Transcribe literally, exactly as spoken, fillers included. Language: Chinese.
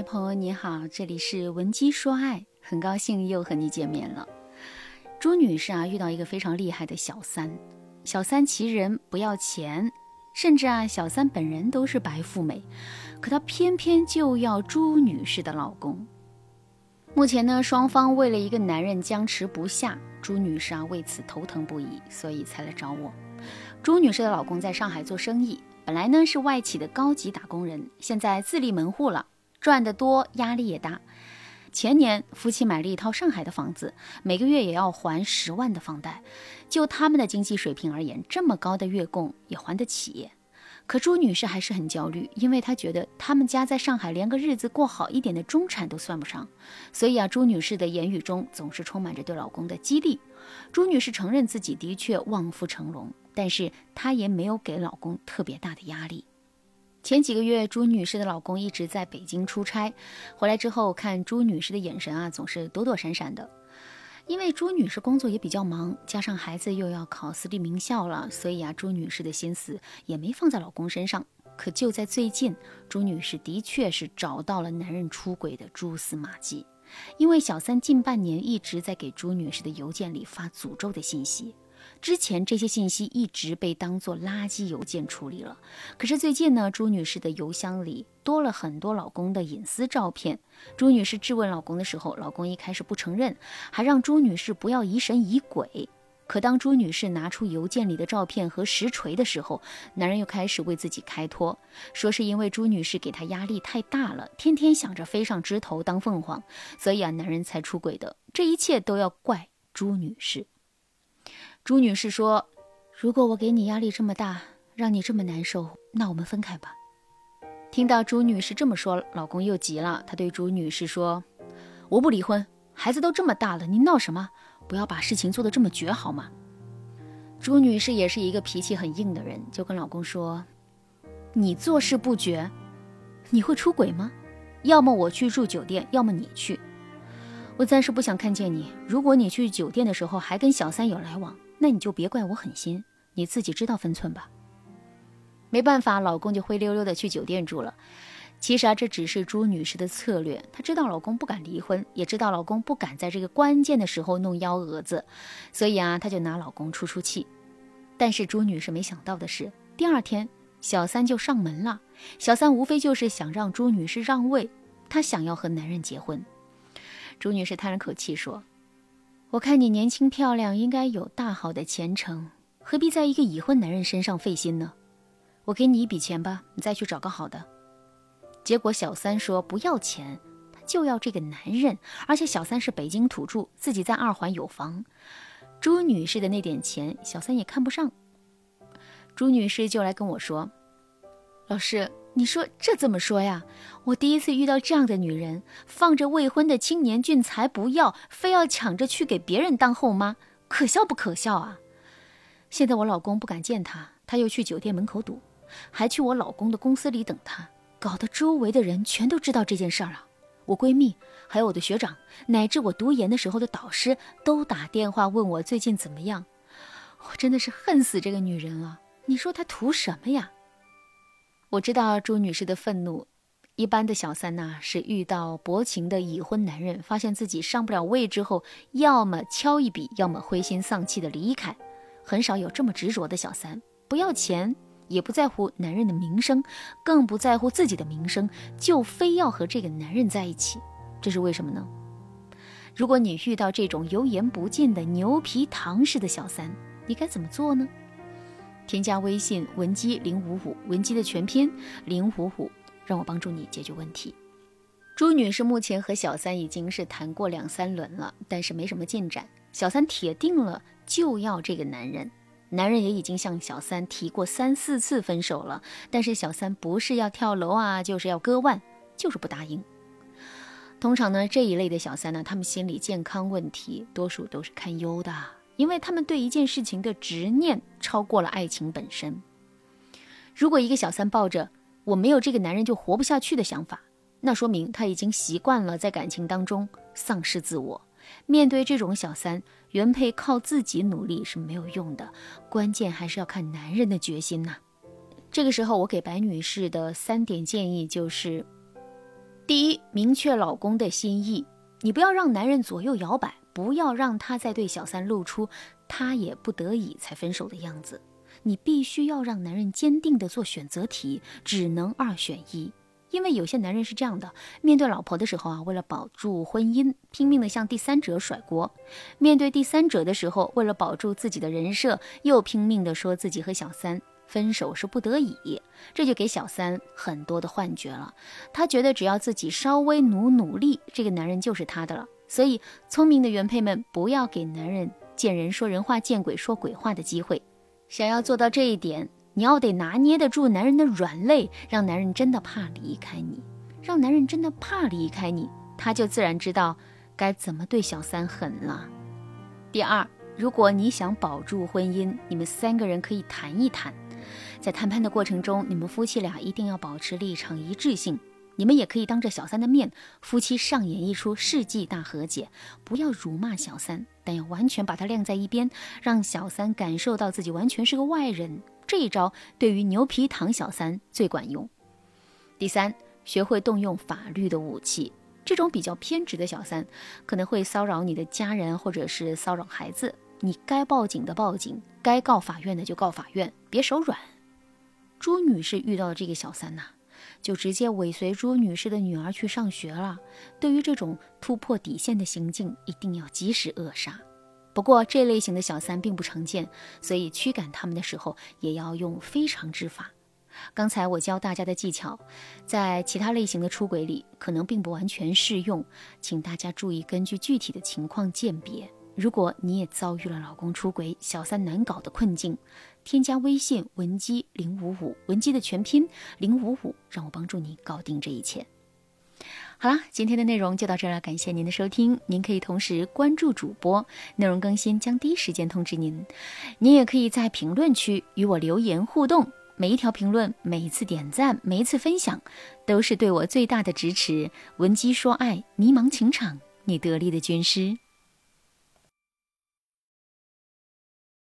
朋友你好，这里是文姬说爱，很高兴又和你见面了。朱女士啊，遇到一个非常厉害的小三，小三其人不要钱，甚至啊，小三本人都是白富美，可她偏偏就要朱女士的老公。目前呢，双方为了一个男人僵持不下，朱女士啊为此头疼不已，所以才来找我。朱女士的老公在上海做生意，本来呢是外企的高级打工人，现在自立门户了，赚得多，压力也大。前年夫妻买了一套上海的房子，每个月也要还十万的房贷。就他们的经济水平而言，这么高的月供也还得起。可朱女士还是很焦虑，因为她觉得他们家在上海连个日子过好一点的中产都算不上。所以啊，朱女士的言语中总是充满着对老公的激励。朱女士承认自己的确望夫成龙，但是她也没有给老公特别大的压力。前几个月，朱女士的老公一直在北京出差，回来之后看朱女士的眼神啊，总是躲躲闪闪的。因为朱女士工作也比较忙，加上孩子又要考私立名校了，所以啊，朱女士的心思也没放在老公身上。可就在最近，朱女士的确是找到了男人出轨的蛛丝马迹。因为小三近半年一直在给朱女士的邮件里发诅咒的信息，之前这些信息一直被当作垃圾邮件处理了。可是最近呢，朱女士的邮箱里多了很多老公的隐私照片。朱女士质问老公的时候，老公一开始不承认，还让朱女士不要疑神疑鬼。可当朱女士拿出邮件里的照片和实锤的时候，男人又开始为自己开脱，说是因为朱女士给他压力太大了，天天想着飞上枝头当凤凰，所以啊，男人才出轨的。这一切都要怪朱女士。朱女士说，如果我给你压力这么大，让你这么难受，那我们分开吧。听到朱女士这么说，老公又急了，他对朱女士说，我不离婚，孩子都这么大了，你闹什么？不要把事情做得这么绝好吗？朱女士也是一个脾气很硬的人，就跟老公说，你做事不绝，你会出轨吗？要么我去住酒店，要么你去。我暂时不想看见你，如果你去酒店的时候还跟小三有来往，那你就别怪我狠心，你自己知道分寸吧。没办法，老公就灰溜溜的去酒店住了。其实啊，这只是朱女士的策略，她知道老公不敢离婚，也知道老公不敢在这个关键的时候弄幺蛾子，所以啊，她就拿老公出出气。但是朱女士没想到的是，第二天小三就上门了。小三无非就是想让朱女士让位，她想要和男人结婚。朱女士叹了口气说，我看你年轻漂亮，应该有大好的前程，何必在一个已婚男人身上费心呢？我给你一笔钱吧，你再去找个好的。结果小三说不要钱，他就要这个男人，而且小三是北京土著，自己在二环有房。朱女士的那点钱，小三也看不上。朱女士就来跟我说，老师，你说这怎么说呀？我第一次遇到这样的女人，放着未婚的青年俊才不要，非要抢着去给别人当后妈，可笑不可笑啊？现在我老公不敢见她，他又去酒店门口堵，还去我老公的公司里等他，搞得周围的人全都知道这件事儿了。我闺蜜，还有我的学长，乃至我读研的时候的导师，都打电话问我最近怎么样。我真的是恨死这个女人了，你说她图什么呀？我知道朱女士的愤怒。一般的小三呐、啊，是遇到薄情的已婚男人，发现自己上不了位之后，要么敲一笔，要么灰心丧气的离开。很少有这么执着的小三，不要钱，也不在乎男人的名声，更不在乎自己的名声，就非要和这个男人在一起。这是为什么呢？如果你遇到这种油盐不进的牛皮糖式的小三，你该怎么做呢？添加微信文姬零五五，文姬的全拼零五五，让我帮助你解决问题。朱女士目前和小三已经是谈过两三轮了，但是没什么进展。小三铁定了就要这个男人，男人也已经向小三提过三四次分手了，但是小三不是要跳楼啊，就是要割腕，就是不答应。通常呢，这一类的小三呢，他们心理健康问题多数都是堪忧的，因为他们对一件事情的执念超过了爱情本身。如果一个小三抱着我没有这个男人就活不下去的想法，那说明他已经习惯了在感情当中丧失自我。面对这种小三，原配靠自己努力是没有用的，关键还是要看男人的决心呐、啊。这个时候我给白女士的三点建议就是， 第一，明确老公的心意，你不要让男人左右摇摆，不要让他在对小三露出他也不得已才分手的样子。你必须要让男人坚定地做选择题，只能二选一。因为有些男人是这样的，面对老婆的时候啊，为了保住婚姻，拼命地向第三者甩锅；面对第三者的时候，为了保住自己的人设，又拼命地说自己和小三分手是不得已。这就给小三很多的幻觉了，他觉得只要自己稍微努努力，这个男人就是他的了。所以聪明的原配们，不要给男人见人说人话，见鬼说鬼话的机会。想要做到这一点，你要得拿捏得住男人的软肋，让男人真的怕离开你，让男人真的怕离开你，他就自然知道该怎么对小三狠了。第二，如果你想保住婚姻，你们三个人可以谈一谈，在谈判的过程中，你们夫妻俩一定要保持立场一致性。你们也可以当着小三的面，夫妻上演一出世纪大和解，不要辱骂小三，但要完全把他晾在一边，让小三感受到自己完全是个外人。这一招对于牛皮糖小三最管用。第三，学会动用法律的武器。这种比较偏执的小三可能会骚扰你的家人，或者是骚扰孩子，你该报警的报警，该告法院的就告法院，别手软。朱女士遇到的这个小三呐、啊，就直接尾随朱女士的女儿去上学了。对于这种突破底线的行径，一定要及时扼杀。不过这类型的小三并不常见，所以驱赶他们的时候也要用非常之法。刚才我教大家的技巧，在其他类型的出轨里可能并不完全适用，请大家注意根据具体的情况鉴别。如果你也遭遇了老公出轨、小三难搞的困境，添加微信文姬零五五，文姬的全拼零五五，让我帮助你搞定这一切。好了，今天的内容就到这了，感谢您的收听。您可以同时关注主播，内容更新将第一时间通知您。您也可以在评论区与我留言互动，每一条评论、每一次点赞、每一次分享，都是对我最大的支持。文姬说爱，迷茫情场，你得力的军师。